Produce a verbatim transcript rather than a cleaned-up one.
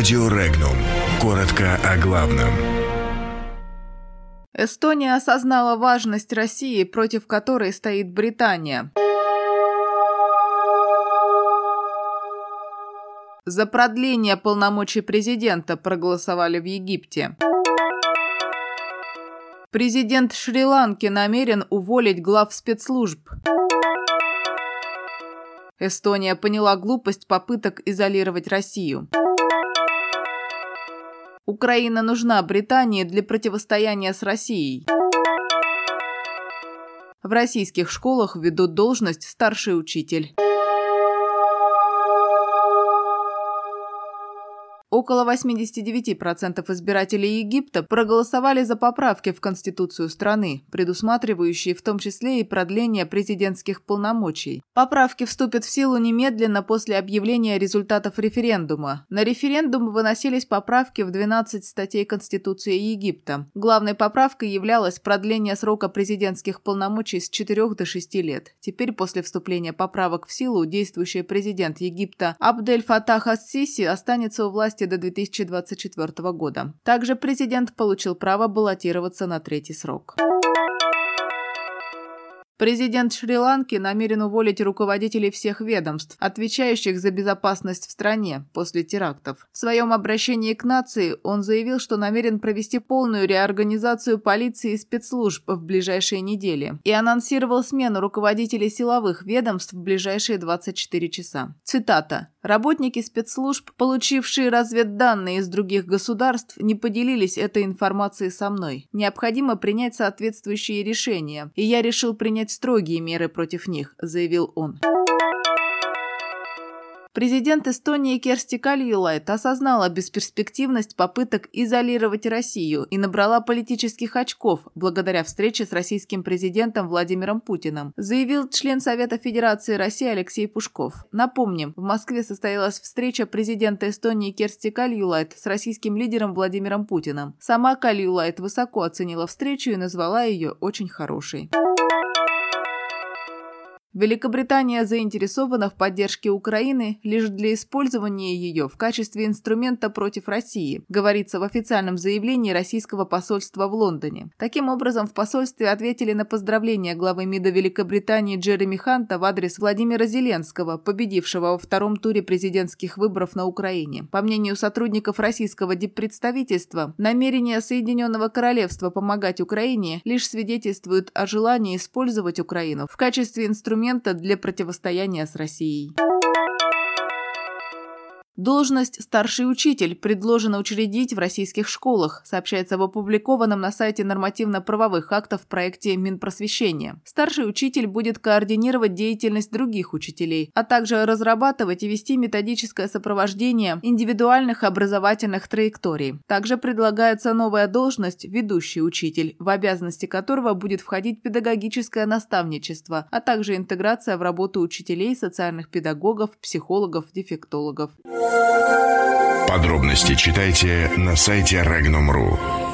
Радио Регнум. Коротко о главном. Эстония осознала важность России, против которой стоит Британия. За продление полномочий президента проголосовали в Египте. Президент Шри-Ланки намерен уволить глав спецслужб. Эстония поняла глупость попыток изолировать Россию. Украина нужна Британии для противостояния с Россией. В российских школах ведут должность старший учитель. Около восемьдесят девять процентов избирателей Египта проголосовали за поправки в Конституцию страны, предусматривающие в том числе и продление президентских полномочий. Поправки вступят в силу немедленно после объявления результатов референдума. На референдум выносились поправки в двенадцать статей Конституции Египта. Главной поправкой являлось продление срока президентских полномочий с четырёх до шести лет. Теперь, после вступления поправок в силу, действующий президент Египта Абдель Фаттах ас-Сиси останется у власти до две тысячи двадцать четвёртого года. Также президент получил право баллотироваться на третий срок. Президент Шри-Ланки намерен уволить руководителей всех ведомств, отвечающих за безопасность в стране после терактов. В своем обращении к нации он заявил, что намерен провести полную реорганизацию полиции и спецслужб в ближайшие недели и анонсировал смену руководителей силовых ведомств в ближайшие двадцать четыре часа. Цитата. «Работники спецслужб, получившие разведданные из других государств, не поделились этой информацией со мной. Необходимо принять соответствующие решения, и я решил принять строгие меры против них», — заявил он. Президент Эстонии Керсти Кальюлайд осознала бесперспективность попыток изолировать Россию и набрала политических очков благодаря встрече с российским президентом Владимиром Путиным, заявил член Совета Федерации России Алексей Пушков. Напомним, в Москве состоялась встреча президента Эстонии Керсти Кальюлайд с российским лидером Владимиром Путиным. Сама Кальюлайд высоко оценила встречу и назвала ее очень хорошей. Великобритания заинтересована в поддержке Украины лишь для использования ее в качестве инструмента против России, говорится в официальном заявлении российского посольства в Лондоне. Таким образом, в посольстве ответили на поздравления главы МИДа Великобритании Джереми Ханта в адрес Владимира Зеленского, победившего во втором туре президентских выборов на Украине. По мнению сотрудников российского диппредставительства, намерение Соединенного Королевства помогать Украине лишь свидетельствует о желании использовать Украину в качестве инструмента для противостояния с Россией. Должность «старший учитель» предложено учредить в российских школах, сообщается в опубликованном на сайте нормативно-правовых актов проекте Минпросвещения. Старший учитель будет координировать деятельность других учителей, а также разрабатывать и вести методическое сопровождение индивидуальных образовательных траекторий. Также предлагается новая должность «ведущий учитель», в обязанности которого будет входить педагогическое наставничество, а также интеграция в работу учителей, социальных педагогов, психологов, дефектологов. Подробности читайте на сайте регнум точка ру.